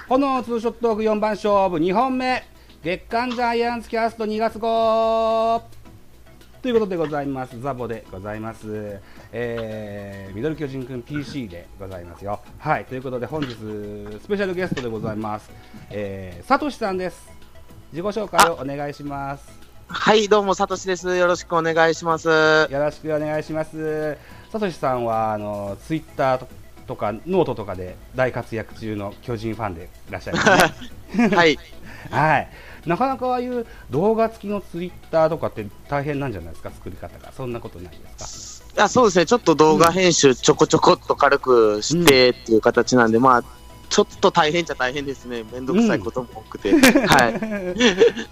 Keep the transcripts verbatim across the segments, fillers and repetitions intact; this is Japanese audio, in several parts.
炎ツーショットトークよんばん勝負にほんめ、月刊ジャイアンツキャストにがつ号ということでございます。ザボでございます。えー、ミドル巨人くん ピーシー でございますよ。はい、ということで本日スペシャルゲストでございます。えー、サトシさんです。自己紹介をお願いします。 はい、どうもサトシです。よろしくお願いします。 よろしくお願いします。サトシさんはあのツイッターととかノートとかで大活躍中の巨人ファンでいらっしゃいますね。 はい、 はい、なかなかああいう動画付きのツイッターとかって大変なんじゃないですか、作り方が。そんなことないですか？ いや、そうですね、ちょっと動画編集ちょこちょこっと軽くしてっていう形なんで、うん、まあちょっと大変っちゃ大変ですね。めんどくさいことも多くて、うん、はい、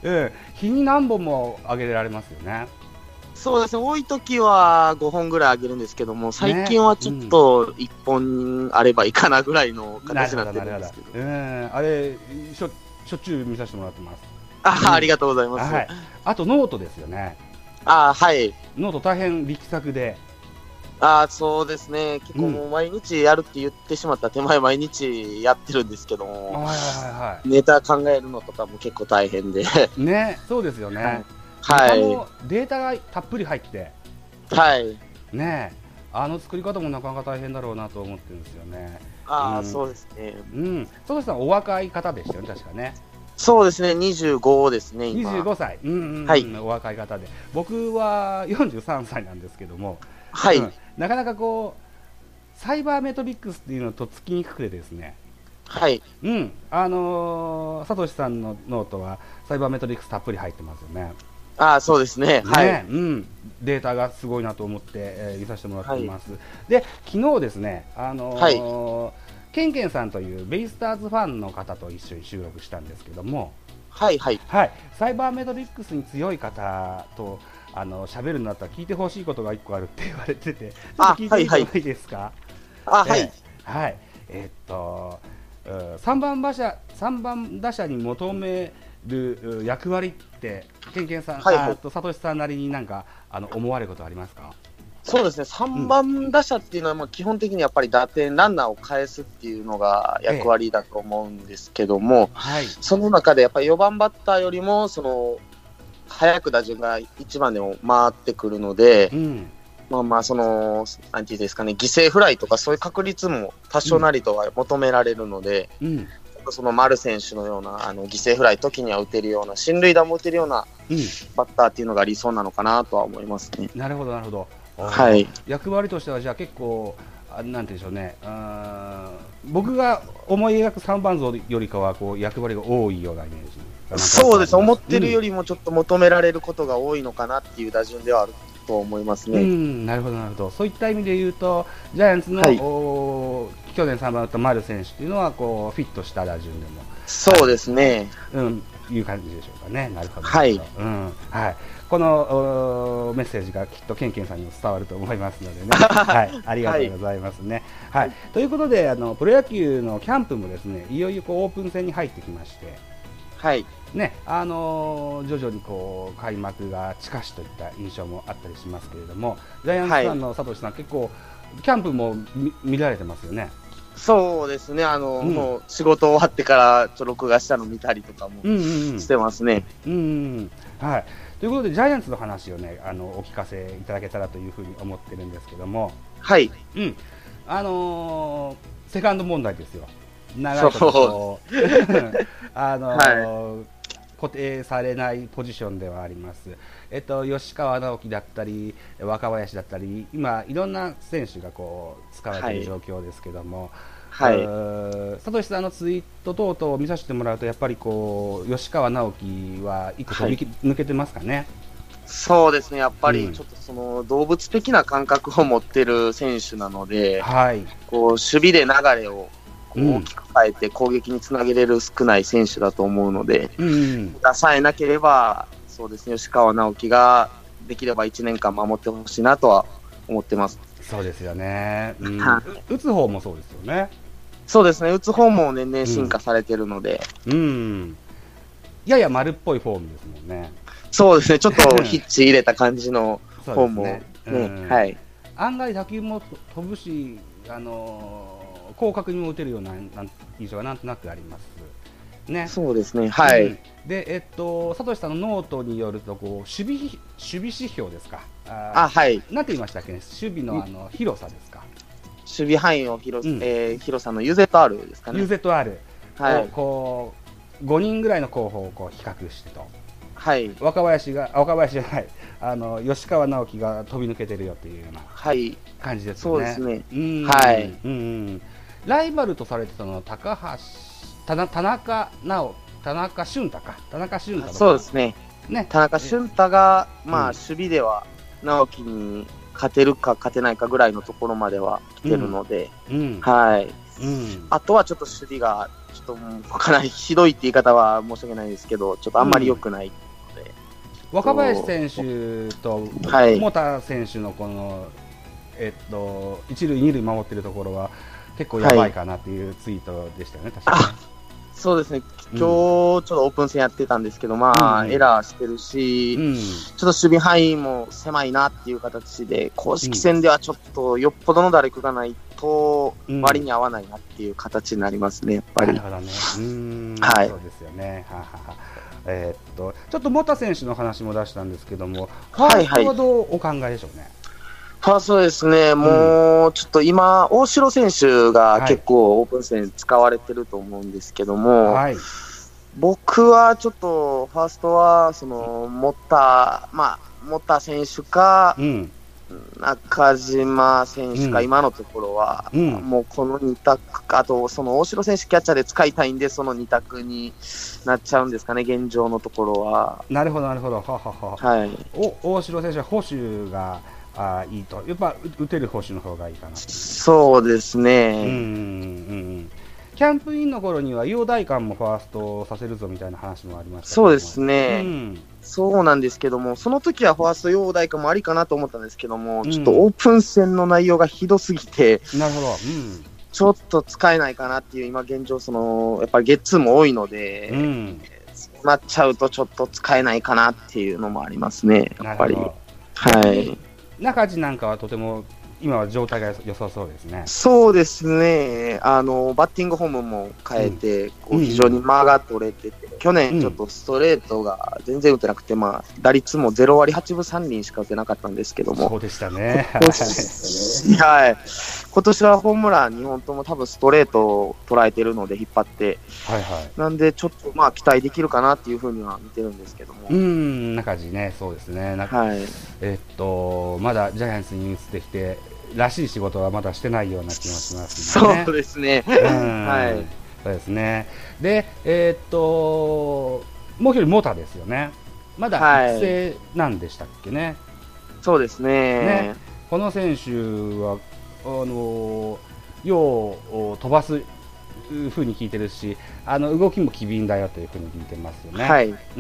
うん、日に何本も上げられますよね。 そうですね、多い時はごほんぐらいあげるんですけども、最近はちょっといっぽんあればいいかなぐらいの形になってるんですけど、 うん、あれしょ、しょっちゅう見させてもらってます。 あ、うん、ありがとうございます。 はい、あとノートですよね。 あ、はい、 ノート大変力作で。 あ、そうですね、結構もう毎日やるって言ってしまった手前、毎日やってるんですけども、はいはいはい、ネタ考えるのとかも結構大変でね、そうですよね。 はい、 もデータがたっぷり入って、 はい、 ね、あの作り方もなかなか大変だろうなと思ってるんですよね。 あ、うん、そうですね。 うん、佐藤さんお若い方でしたよね、確かね。 そうですね、にじゅうごですね、今。 にじゅうごさい、うんうんうん、はい、お若い方で、僕はよんじゅうさんさいなんですけども、 はい、 うん、なかなかこうサイバーメトリックスっていうのとっつきにくくてですね、 はい、 うん、あのー、佐藤さんのノートはサイバーメトリックスたっぷり入ってますよね。 あ、そうですね、はい、 ね、うん、データがすごいなと思って、えー、見させてもらっています。はい、で、昨日ですね、あのーはい、ケンケンさんというベイスターズファンの方と一緒に収録したんですけども、 はいはいはい、サイバーメトリックスに強い方とあの喋るんだったら聞いてほしいことがいっこあるって言われてて、ちょっと聞いてみてもいいですか？ あ、はい、 はい、えー、っとさんばん打者さんばん打者に求める役割ってケンケンさん、はいはい、あとサトシさんなりになんかあの思われることありますか？ そうですね、さんばん打者っていうのは、まあ基本的にやっぱり打点、ランナーを返すっていうのが役割だと思うんですけども、ええ、はい、その中でやっぱりよばんバッターよりもその早く打順がいちばんでも回ってくるので、うん、まあまあそのなんていうんですかね、犠牲フライとかそういう確率も多少なりとは求められるので、うん、その丸選手のようなあの犠牲フライ時には打てるような進塁打も打てるようなバッターっていうのが理想なのかなとは思いますね。 なるほどなるほど。 はい、 役割としてはじゃあ結構あなんていうんでしょうね、あ僕が思い描くさんばん像よりかはこう役割が多いようなイメージ。 そうです、思ってるよりもちょっと求められることが多いのかなっていう打順ではあると思いますね。 うん、なるほどなるほど。そういった意味で言うとジャイアンツの、はい、去年さんばん打った丸選手っていうのはこうフィットした打順でもそうですね、 うん、いう感じでしょうかね。なるほど、 はい、 うん、はい、このメッセージがきっとケンケンさんにも伝わると思いますのでね、はい、ありがとうございますね。はいはい、ということであのプロ野球のキャンプもですねいよいよこうオープン戦に入ってきまして、 はいね、あのー、徐々にこう開幕が近しといった印象もあったりしますけれども、ジャイアンツファンの佐藤さん、はい、結構キャンプも 見, 見られてますよね。 そうですね、あの、うん、もう仕事終わってからちょ録画したの見たりとかもしてますね。 うんうんうんはい、ということでジャイアンツの話をねあのお聞かせいただけたらというふうに思ってるんですけども、 はい、 うん、あのー、セカンド問題ですよ。長いことあのーはい、固定されないポジションではあります。えっと、吉川直樹だったり若林だったり今いろんな選手がこう使われている状況ですけども、はいはい、サトシさんのツイート等々を見させてもらうとやっぱりこう吉川直樹は一個飛び抜けてますかね。はい、 そうですね、やっぱりちょっとその動物的な感覚を持っている選手なので、はい、こう守備で流れを大きく変えて攻撃につなげれる少ない選手だと思うので、うん、出さえなければそうですね、吉川直樹ができればいちねんかん守ってほしいなとは思ってます。 そうですよね、うん、打つ方もそうですよね。 そうですね、打つ方も年々進化されているので、 うんうん、やや丸っぽいフォームですもんね。 そうですね、ちょっとヒッチ入れた感じのフォームを、ねねうん、はい、 案外打球も飛ぶし、あのー広角にも打てるようななん印象がなんとなくありますね。 そうですね、はい。うん、 で、えっと、サトシさんのノートによるとこう守備、守備指標ですか。 あ, あ、はい。 なんて言いましたっけね、守備のあの広さですか。 守備範囲を広,、うんえー、広さの ユーゼットアール ですかね。 ユーゼットアールはい、 こうごにんぐらいの候補をこう比較してと、 はい、 若林が若林じゃないあの吉川直樹が飛び抜けてるよというような感じですね。 そうですね。 うんはい。 うん、ライバルとされてたのは高橋田中田中直田中俊太か田中俊太とか。 そうですね。 ね田中俊太がまあ、うん、守備では直樹に勝てるか勝てないかぐらいのところまでは来てるので、 うんうん、 はい、 うん、 あとはちょっと守備がちょっとかなりひどいって言い方は申し訳ないですけど、ちょっとあんまり良くないので、 うん、若林選手と桃田選手のこの、えっと、一塁二塁守ってるところは結構やばいかなっていうツイートでしたよね、はい、確かに。 そうですね、今日ちょっとオープン戦やってたんですけど、まあ、うん、エラーしてるし、うん、ちょっと守備範囲も狭いなっていう形で、公式戦ではちょっとよっぽどの打力がないと割に合わないなっていう形になりますね、やっぱり。 なるほどね。うーん、 はい、 そうですよね。はははえー、っとちょっとモタ選手の話も出したんですけども、ファーストはどうお考えでしょうね。はいはい、 ファーストですね、もうちょっと今、大城選手が結構オープン戦使われてると思うんですけども、はい、僕はちょっとファーストはその持った、まあ、持った選手か、うん、中島選手か、うん、今のところは、うん、もうこのに択か、あとその大城選手、キャッチャーで使いたいんで、そのに択になっちゃうんですかね、現状のところは。 なるほど、なるほど、ははは、はい、お大城選手は捕手があいいと、やっぱ打てる捕手の方がいいかな。 そうですね。うんうんうん、 キャンプインの頃には陽大館もファーストさせるぞみたいな話もありました。 そうですね、うん、そうなんですけども、その時はファースト陽大館もありかなと思ったんですけども、うん、ちょっとオープン戦の内容がひどすぎて、 なるほど、うん、 ちょっと使えないかなっていう、今現状そのやっぱりゲッツーも多いので、うん、そうなっちゃうとちょっと使えないかなっていうのもありますね、やっぱり。はい。 中地なんかはとても今は状態が良さそうですね。 そうですね、あのバッティングフォームも変えて、うん、こう非常に間が取れてて、うん、去年ちょっとストレートが全然打てなくて、まあ、打率もゼロ割はちぶさん厘しか打てなかったんですけども、 そうでしたね。 今年、はい、今年はホームランにほんとも多分ストレートを捉えてるので引っ張って、はいはい、なんでちょっとまあ期待できるかなっていうふうには見てるんですけども。 うん、中地ね、そうですね。 はい、 えっとまだジャイアンツに移ってきてらしい仕事はまだしてないような気もしますね。 そうですね。はい。 そうですね。で、えー、っともう一人モタですよね。まだ育成なんでしたっけね。はい、 そうですね。 ね、この選手はあのよう飛ばすふうに聞いてるし、あの動きも機敏だよというふうに聞いてますよね。 はい。 うん。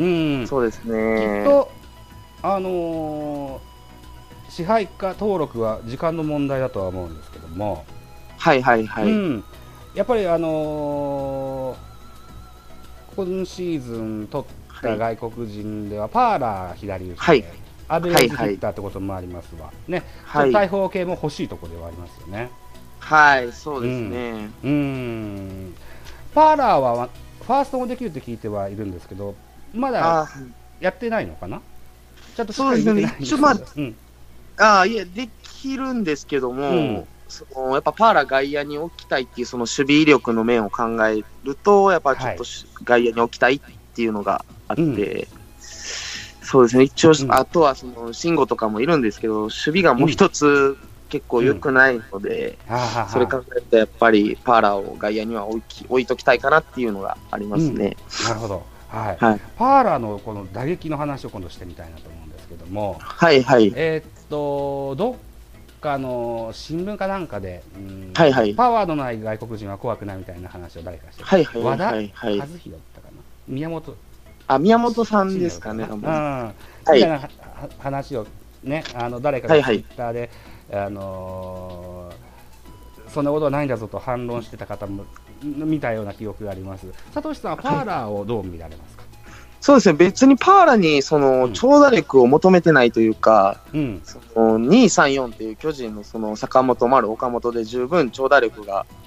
そうですね。 きっとあのー支配下登録は時間の問題だとは思うんですけども、 はいはいはい、うん、 やっぱり、あのー、今シーズン取った外国人では、はい、パーラー左打ちで、はい、アベレージヒッターってこともありますわ、ね、はい、大砲系も欲しいところではありますよね。 はい、そうですね、 うん、うんパーラーはファーストもできるって聞いてはいるんですけど、まだやってないのかな。ちゃんとしっかりできないんですけど、うんああいえ、できるんですけども、うん、そのやっぱパーラ外野に置きたいっていうその守備力の面を考えると、やっぱちょっと、はい、外野に置きたいっていうのがあって、うん、そうですね、一応、うん、あとはその慎吾とかもいるんですけど、守備がもう一つ結構良くないので、うん、それ考えるとやっぱりパーラを外野には置き置いときたいかなっていうのがありますね。 なるほど。はいはい、パーラーのこの打撃の話を今度してみたいなと思うんですけども、 はいはい、 えー、っとどっかの新聞かなんかで、うんはいはい、 パワーのない外国人は怖くないみたいな話を誰かして、 はいはいはい、 和田和弘だったかな、宮本あ宮本さんですかね、 うん、みたいな話をね、あの誰かがツイッターで、はいはい、あのー、そんなことはないんだぞと反論してた方も見たような記憶があります。サトシさんはパーラーをどう見られますか。はい、 そうですね、別にパーラーにその長打力を求めてないというか、うん、そのに、さん、よんっていう巨人のその坂本、丸、岡本で十分長打力が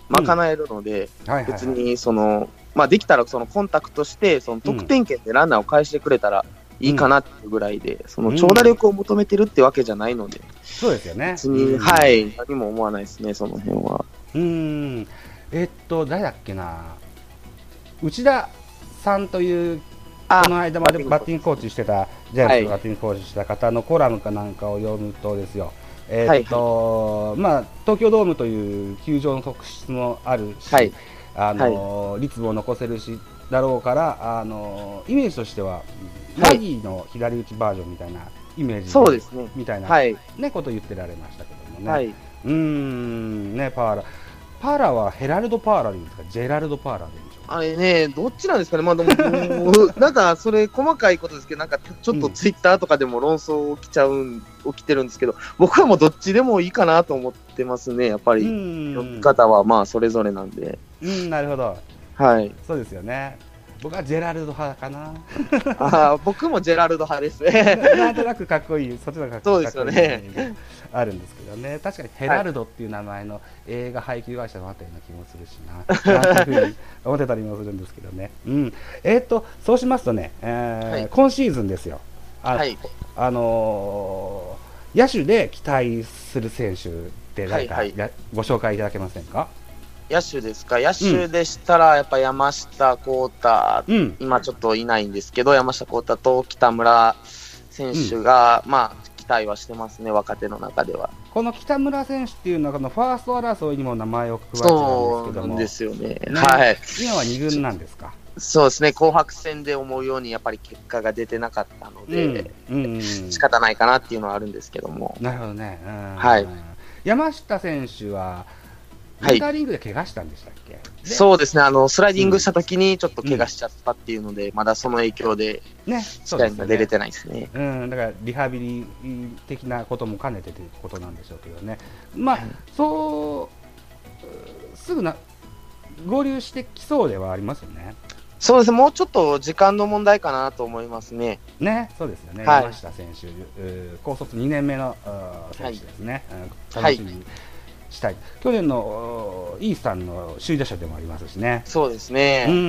賄えるので、別にその、まあ、できたらそのコンタクトして、その得点圏でランナーを返してくれたらいいかなっていうぐらいで、うん、その長打力を求めてるってわけじゃないので、うん、 そうですよね。 別に、うん、はい、何も思わないですね、その辺は。 うん、えっと、誰だっけな、内田さんという、この間までバッティングコーチしてた、ジャイアンツのバッティングコーチした方のコラムかなんかを読むとですよ、えーっと、はいはい、まあ、東京ドームという球場の特質もあるし、はい、あのはい、率も残せるしだろうから、あのイメージとしては、マギーの左打ちバージョンみたいなイメージ、 そうですね、 みたいな、 はいね、ことを言ってられましたけどもね、 はい、 うーん、ね、パーラ、パーラはヘラルド・パーラでいいんですか、ジェラルド・パーラでいいんでしょうか。 あれね、どっちなんですかね、まあ、でもなんかそれ、細かいことですけど、なんかちょっとツイッターとかでも論争起きちゃうん起きてるんですけど、僕はもうどっちでもいいかなと思ってますね、やっぱり、読み方はまあそれぞれなんで。 うん、なるほど、 はい、 そうですよね。僕はジェラルド派かな。 あ僕もジェラルド派ですね。 なんとなくかっこいい、そっちの方がかっこいい。そうですよね。あるんですけどね、確かにヘラルドっていう名前の映画配給会社もあったような気もするしな、なんていうふうに思ってたりもするんですけどね。うん、えー、っとそうしますとね、えーはい、今シーズンですよ。あ、はい、あのー、野手で期待する選手って誰か、はいはい、ご紹介いただけませんか。 野手ですか、野手でしたら、やっぱ山下幸太、うん、今ちょっといないんですけど、山下幸太と北村選手が、うん、まあ、期待はしてますね、若手の中では。 この北村選手っていうのは、このファースト争いにも名前を加えてたんですけども、 そうなんですよね、 ね、 はい、 今はに軍なんですか。 そうですね、紅白戦で思うようにやっぱり結果が出てなかったので、うんうんうん、仕方ないかなっていうのはあるんですけども。 なるほどね、うん、 はい、 山下選手はモニタリングで怪我したんでしたっけ。はい、 そうですね、あのスライディングしたときにちょっと怪我しちゃったっていうので、うん、まだその影響で試合が出れてないですね。 うん、だからリハビリ的なことも兼ねてということなんでしょうけどね、まあ、うん、そうすぐな合流してきそうではありますよね。 そうですね、もうちょっと時間の問題かなと思いますね。 ね、そうですよね、はい、山下選手、高卒にねんめの選手ですね、はい、楽しみにしたい、はい、去年のイースタンの首位打者でもありますしね。 そうですね。 うん、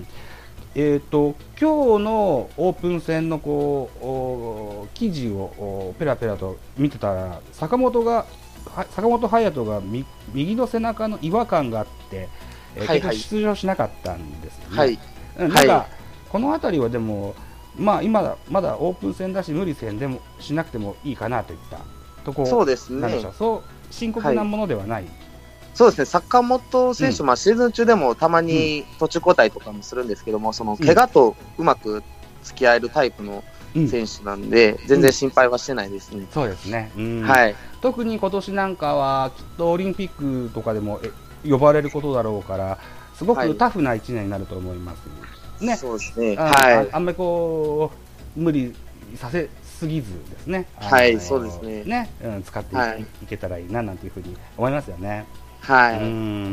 えーと、今日のオープン戦のこう記事をペラペラと見てたら、坂本が坂本勇人が右の背中の違和感があって、えーはいはい、結局出場しなかったんですよね。はい、なんか、はい、この辺りはでも、まあ、今まだオープン戦だし無理戦でもしなくてもいいかなといったところなんでしょう。そうですね。そう深刻なものではない。はい、 そうですね、坂本選手、うん、まあ、シーズン中でもたまに途中交代とかもするんですけども、うん、その怪我とうまく付き合えるタイプの選手なんで、うん、全然心配はしてないですね。 うん、そうですね、うん、 はい、 特に今年なんかはきっとオリンピックとかでも呼ばれることだろうから、すごくタフないちねんになると思います、ね。 そうですね、 あ、はい、あ, あんまりこう無理させすぎずですね、 はい、そうですね、 ね、うん、使って い,、はい、いけたらいいななんていうふうに思いますよね。 はい、 うん、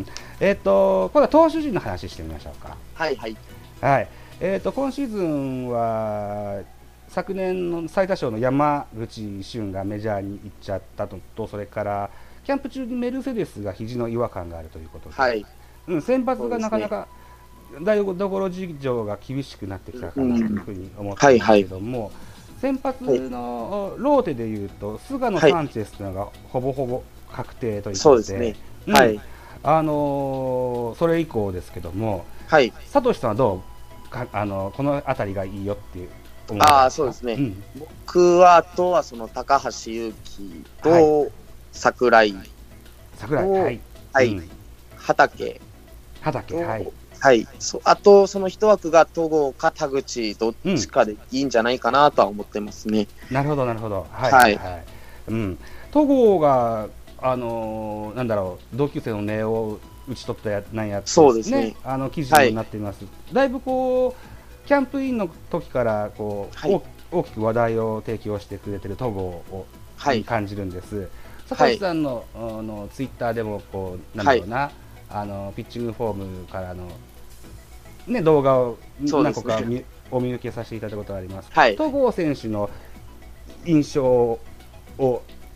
えー、と今度は投手陣の話してみましょうか。 はいはい、 はい、えー、と今シーズンは昨年の最多勝の山口俊がメジャーに行っちゃったと、とそれからキャンプ中にメルセデスが肘の違和感があるということで、はい、うん、先発がなかなか台所事情が厳しくなってきたかなというふうに思っていますけども、うん、はいはい、先発のローテでいうと菅野サンチェスというのがほぼほぼ確定ということで、そうですね、うん、はい、あのー、それ以降ですけども、はい、サトシさんはどうか、あのー、この辺りがいいよっていう思いですか。 あ、そうですね、うん、僕はあとはその高橋優貴と櫻井、 櫻井、はい、 はい、うん、畑畑、はい、 はい、そあとその一枠が戸郷か田口どっちかでいいんじゃないかなとは思ってますね。 うん、なるほどなるほど、はいはい、はい、うん、戸郷があのー、なんだろう、同級生の根を打ち取ったやなんやつ、ね、 そうですね、 あの記事になっています、はい、だいぶこうキャンプインの時からこう、はい、大きく話題を提供してくれてる戸郷を、はい、感じるんです。佐藤さんの、はい、あのツイッターでもこうなんだろうな、はい、あのピッチングフォームからの、ね、動画を何個か、ね、お見受けさせていただいたことがあります。はい、戸郷選手の印象を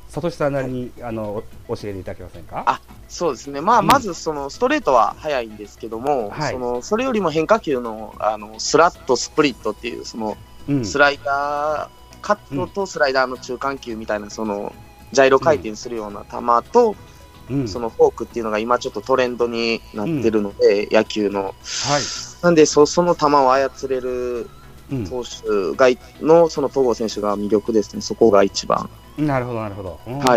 サトシさんなりにあの教えていただけませんか？ あ、そうですね。まあ、うん、まずそのストレートは速いんですけども、はい、そのそれよりも変化球のあのスラット、スプリットっていうそのスライダー、うん、カットとスライダーの中間球みたいなそのジャイロ回転するような球と、うん、そのフォークっていうのが今ちょっとトレンドになってるので、うん、野球の、はい、なんで そ, その球を操れる投手がのその戸郷選手が魅力ですね。そこが一番。 なるほどなるほど。 はい。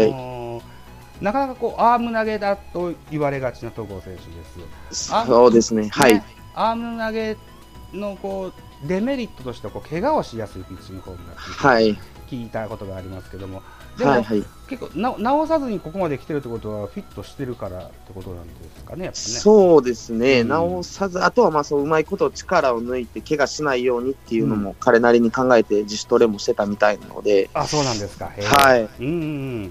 なかなかこうアーム投げだと言われがちな戸郷選手です。 そうですね。はい。 アーム投げのこうデメリットとしてはこう怪我をしやすいピッチングフォームだって聞いたことがありますけども、でも、はいはい、結構な直さずにここまで来てるってことはフィットしてるからってことなんですかね。やっぱね、 そうですね。うん、直さず、あとはまあそううまいこと力を抜いて怪我しないようにっていうのも彼なりに考えて自主トレもしてたみたいなので。 あ、そうなんですか。 はい。 うんうん。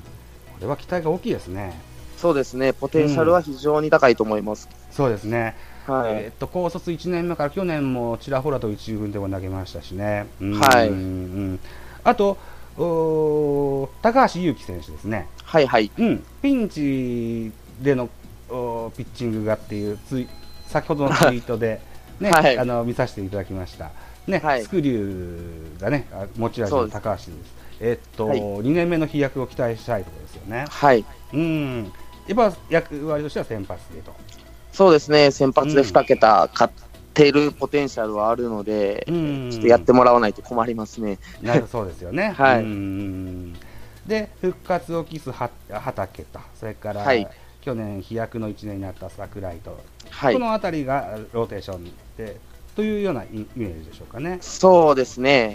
これは期待が大きいですね。 そうですね。ポテンシャルは非常に高いと思います。 うん、そうですね。 はい、 えー、っと高卒いちねんめから去年もちらほらと一軍でも投げましたしね。うん、 はい。 うん、あとお高橋優貴選手ですね。 はいはい。 うん、ピンチでのおピッチングがっていうつい先ほどのツイートで、ね、はい、あの見させていただきました。ね、はい、スクリューがね持ち味の高橋です。えー、っと、はい、にねんめの飛躍を期待したいところですよね。 はい。 うん、やっぱ役割としては先発でと。 そうですね。先発でに桁勝っているポテンシャルはあるので、うん、ちょっとやってもらわないと困りますね。 なるそうですよね。 はい。 うん、で復活を期す畠と、それから、 はい、 去年飛躍のいちねんになった櫻井と、 はい、 このあたりがローテーションでというようなイメージでしょうかね。 そうですね。 うん、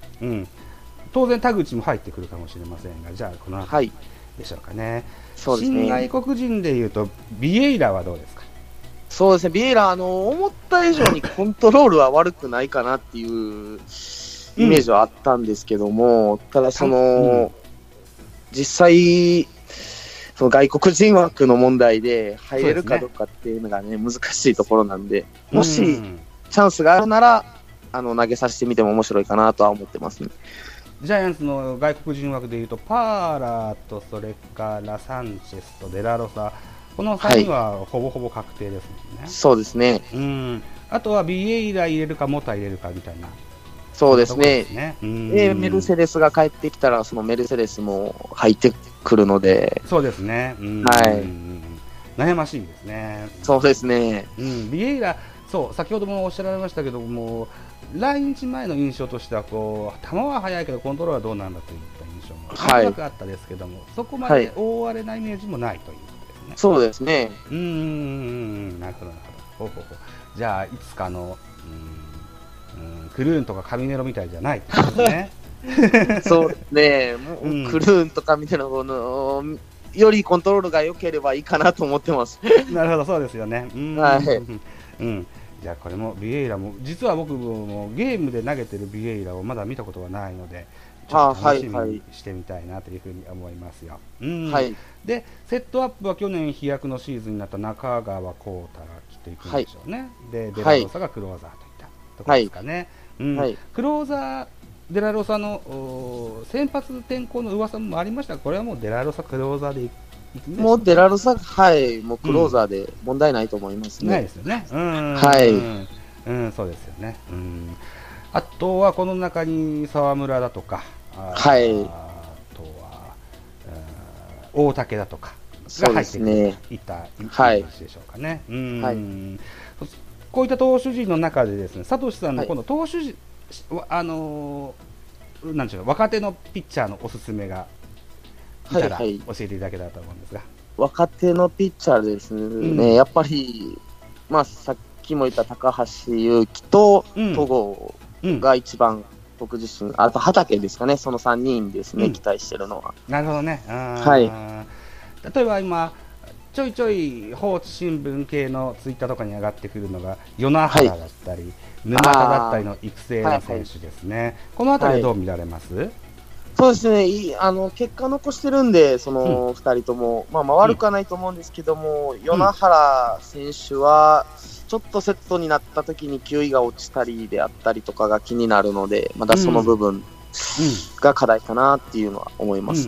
うん、当然田口も入ってくるかもしれませんが、じゃあこのあたりでしょうかね。はい、 そうですね。 新外国人でいうとビエイラはどうですか？ そうですね。ビエイラ、あの思った以上にコントロールは悪くないかなっていうイメージはあったんですけども、うん、ただその、うん、実際その外国人枠の問題で入れるかどうかっていうのがね、難しいところなんで、もしチャンスがあるなら、あの投げさせてみても面白いかなとは思ってますね。 ジャイアンツの外国人枠でいうとパーラーとそれからサンチェスとデラロサ、このさんにんはほぼほぼ確定ですもんね。 そうですね。 うん、あとはビエイラ入れるかモタ入れるかみたいな。 そうですね。で、メルセデスが帰ってきたらそのメルセデスも入ってくるので。 そうですね。うん、 はい。 悩ましいですね。 そうですね。 うん、ビエイラ、そう先ほどもおっしゃられましたけども、来日前の印象としてはこう球は速いけどコントロールはどうなんだといった印象も長くあったですけども、はい、そこまで覆われないイメージもないということですね。 そうですね。 うーん、なるほどなるほど。ほうほうほう。じゃあいつかのうん、うん、クルーンとかカミネロみたいじゃないですね。 そうですね。もう、うん、クルーンとかみたいなものよりコントロールが良ければいいかなと思ってます。 なるほど、そうですよね。うん、 はい。 うん。じゃあこれもビエイラも実は僕もゲームで投げてるビエイラをまだ見たことがないのでちょっと楽しみにしてみたいなというふうに思いますよ。うん、はい、でセットアップは去年飛躍のシーズンになった中川幸太がきっといくんでしょうね。はい、でデラロサがクローザーといったところですかね。はいうんはい、クローザーデラロサの先発転向の噂もありましたが、これはもうデラロサクローザーでいくもうデラロサ、はい、もうクローザーで問題ないと思いますね。 ないですよね。うん、 はい、 うん、そうですよね。うん、あとはこの中に沢村だとか、 はい、 あとは、うん、大竹だとかが入っていったイメージでしょうかね。うん、はい、こういった投手陣の中でですね、佐藤さんのこの投手陣、はい、あのなんでしょう、若手のピッチャーのおすすめがいたら教えていただけたらと思うんですが、はいはい、若手のピッチャーですね、うん、やっぱり、まあ、さっきも言った高橋優貴と戸郷が一番僕自身、あと畠ですかね、そのさんにんですね、うん、期待してるのは。 なるほどね。 はい、 例えば今ちょいちょい放置新聞系のツイッターとかに上がってくるのが与那原だったり、はい、沼田だったりの育成の選手ですね、はいはい、このあたりどう見られます？はい、 そうですね、いいあの結果残してるんで、そのふたりとも、うん、まあ、まあ悪くはないと思うんですけども、うん、与那原選手は、ちょっとセットになった時に球威が落ちたりであったりとかが気になるので、まだその部分が課題かなっていうのは思いますね。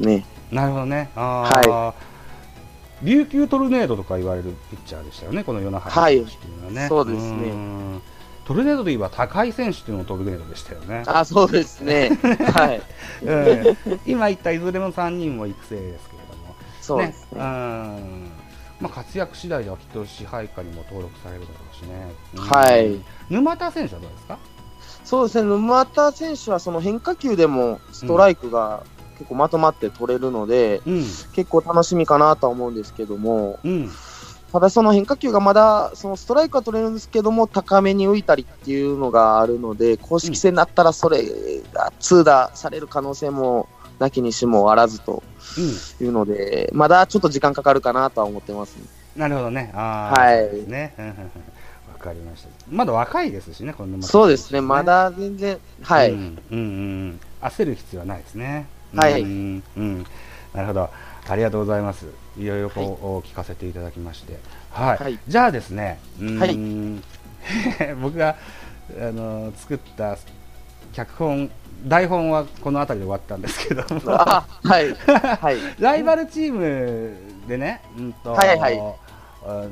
なるほどね。あ、 はい、 琉球トルネードとか言われるピッチャーでしたよね、この与那原選手っていうのはね。 はい、そうですね。 トルネードで言えば高井選手っていうのもトルネードでしたよね。 あ、そうですね。はい、 うん、今言ったいずれもさんにんも育成ですけれども、 そうですね。ね、うん、 まあ、活躍次第ではきっと支配下にも登録されるだろうしね。うん、 はい。 沼田選手はどうですか？ そうですね、沼田選手はその変化球でもストライクが結構まとまって取れるので、うん、結構楽しみかなとは思うんですけども、うん、ただその変化球がまだそのストライクは取れるんですけども高めに浮いたりっていうのがあるので、公式戦になったらそれが痛打される可能性もなきにしもあらずというので、うん、まだちょっと時間かかるかなとは思ってます、ね、 なるほどね。あ、 はい、 そうですね。わかりました。まだ若いですしね、この、 ね、そうですね、まだ全然、はい、うんうんうん、焦る必要はないですね。 はい、 うん、うん、なるほど、ありがとうございます。いろいろこう、はい、聞かせていただきまして、はい、はい、じゃあですね、うん、はい、僕があの作った脚本、台本はこの辺りで終わったんですけども、 あ、はい、はい、 ライバルチームでね、うんと、はいはい、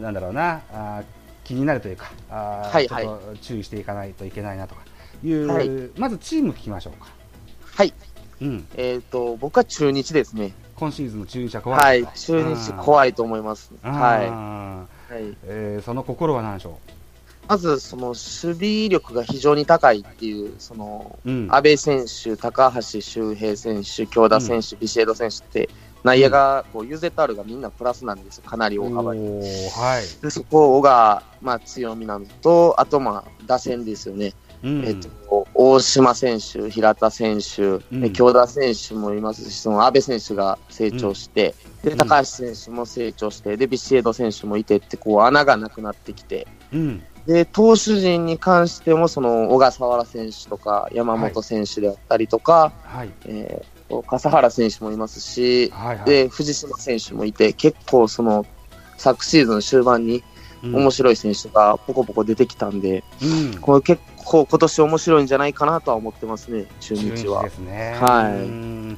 なんだろうな、あ、気になるというか、あ、はいはい、ちょっと注意していかないといけないなとかいう、はい、まずチーム聞きましょうか。 はい、うん、えーと、僕は中日ですね。 今シーズンの中日は怖い。 はい、中日怖いと思います。はい、 はい、えー、その心は何でしょう？ まず、その守備力が非常に高いっていう、その、うん、阿部選手、高橋周平選手、京田選手、ビシエド選手って、内野がこう ユーゼットアール がみんなプラスなんですよ、かなり大幅に。はい、でそこが、まあ、強みなのと、あと、まあ、打線ですよね。うん、えっと、大島選手、平田選手、うん、京田選手もいますし、その阿部選手が成長して、うん、で高橋選手も成長して、でビシエド選手もいてってこう穴がなくなってきて、うん、で投手陣に関してもその小笠原選手とか山本選手であったりとか、はい、えー、笠原選手もいますし、はいはい、で藤島選手もいて、結構その昨シーズン終盤に面白い選手がポコポコ出てきたんで、うん、これ結構今年面白いんじゃないかなとは思ってますね、中日は。 中日ですね。 はい。 うん、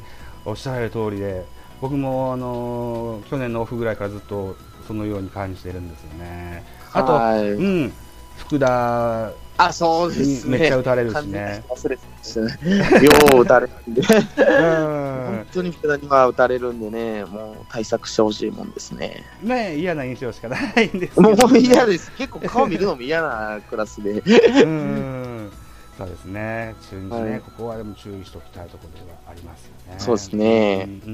おっしゃられる通りで、僕もあの去年のオフぐらいからずっとそのように感じてるんですよね。あと、はい、うん、福田あ、そうですね、 めっちゃ打たれるしね。 忘れてましたね。よう打たれるんで、本当に福田には打たれるんでね、もう対策してほしいもんですね。 ね、嫌な印象しかないんですけど、 ね、もう嫌です。結構顔見るのも嫌なクラスで。 うん、そうですね。中日ね、はい、ここはでも注意しておきたいところではありますよね。 そうですね。 うん、うん、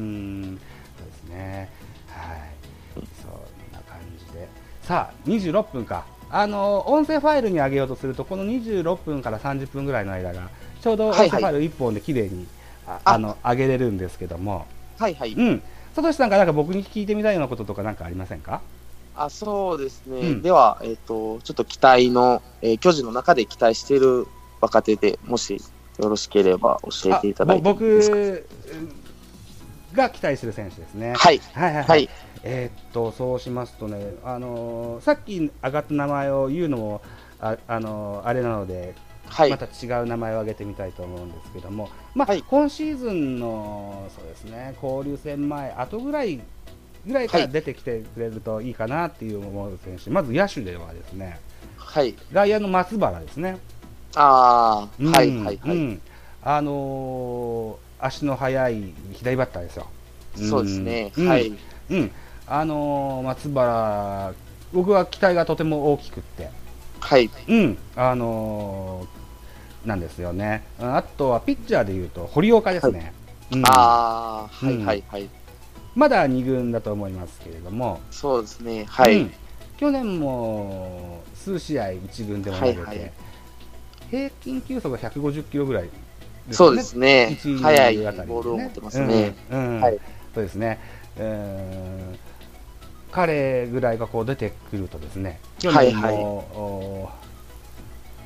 そうですね。はい、そんな感じで、さあにじゅうろっぷんか。あの音声ファイルに上げようとするとこのにじゅうろっぷんからさんじゅっぷんぐらいの間がちょうど音声ファイルいっぽんで綺麗に、はいはい、ああの上げれるんですけども、 はいはい、 うん、サトシさんがなんか僕に聞いてみたいようなこととかなんかありませんか？ あ、そうですね、うん、では、えーと、ちょっと期待の、えー、巨人の中で期待している若手でもしよろしければ教えていただいていいですか？ 僕が期待する選手ですね。 はい、 はいはいはい、はい、えー、っとそうしますとね、あのー、さっき上がった名前を言うのも あ,、あのー、あれなので、はい、また違う名前を挙げてみたいと思うんですけども、まあはい、今シーズンのそうですね、交流戦前後ぐらいぐらいから出てきてくれるといいかなっていう思う選手、まず野手ではですね、はい、外野の松原ですね。 あー、うん、はいはいはい、うん、 あのー、足の速い左バッターですよ。 そうですね、 うん、 はい、 うん、あのー、松原、僕は期待がとても大きくって、 はい、 うん、あのー、なんですよね。あとはピッチャーでいうと堀岡ですね。 はい、うん、あー、はいはいはい、 まだに軍だと思いますけれども、 そうですね、はい、うん、 去年も数試合いち軍でも投げて、はいはい、平均球速がひゃくごじゅっキロぐらいですね。 そうですね、速いボールを持ってますね。 うんうん、はい、そうですね、えー、彼ぐらいがこう出てくるとですね、去年も、はいはい、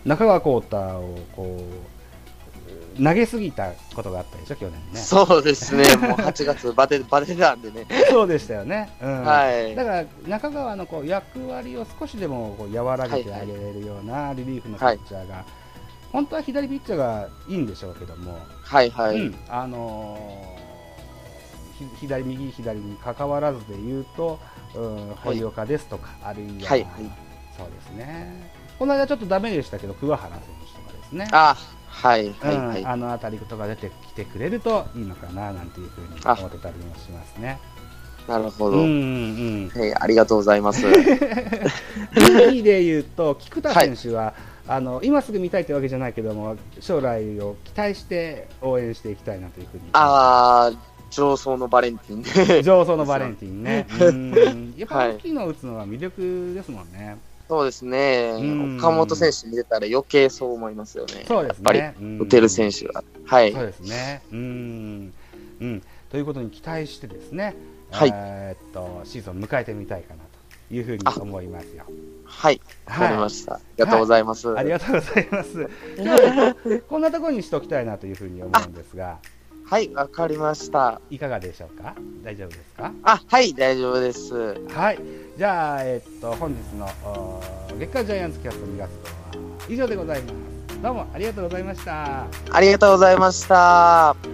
中川幸太をこう投げすぎたことがあったでしょ、去年ね。 そうですね、もうはちがつバテバテたんでね。 そうでしたよね、うん、 はい、 だから中川のこう役割を少しでもこう和らげてあげれるようなリリーフのピッチャーが、はいはい、本当は左ピッチャーがいいんでしょうけども、 はいはい、 うん、あのー、 左右左に関わらずで言うと、うん、堀岡ですとか、あるいは、 はいはい、 そうですね、この間ちょっとダメでしたけど桑原選手とかですね、 あはいはいはい、 うん、あの辺りとか出てきてくれるといいのかななんていうふうに思ってたりもしますね。 なるほど、 うんうんはい、ありがとうございます。 右で言うと菊田選手は、はい、あの今すぐ見たいというわけじゃないけども将来を期待して応援していきたいなというふうに。 ああ、上層のバレンティンね。 上層のバレンティンね。うんやっぱ大きいのを打つのは魅力ですもんね。 そうですね、岡本選手見てたら余計そう思いますよね。 そうですね、 やっぱり打てる選手は。はい、 そうですね。うんうん、ということに期待してですね、 はい、 えー、っとシーズンを迎えてみたいかなというふうに思いますよ。 はい、わかりました、はい。ありがとうございます。 はい、ありがとうございます。今日こんなところにしておきたいなというふうに思うんですが。 はい、わかりました。 いかがでしょうか。大丈夫ですか。 あ、はい、大丈夫です。 はい、じゃあ、えー、っと本日の月刊ジャイアンツキャストにがつ号は以上でございます。どうもありがとうございました。 ありがとうございました。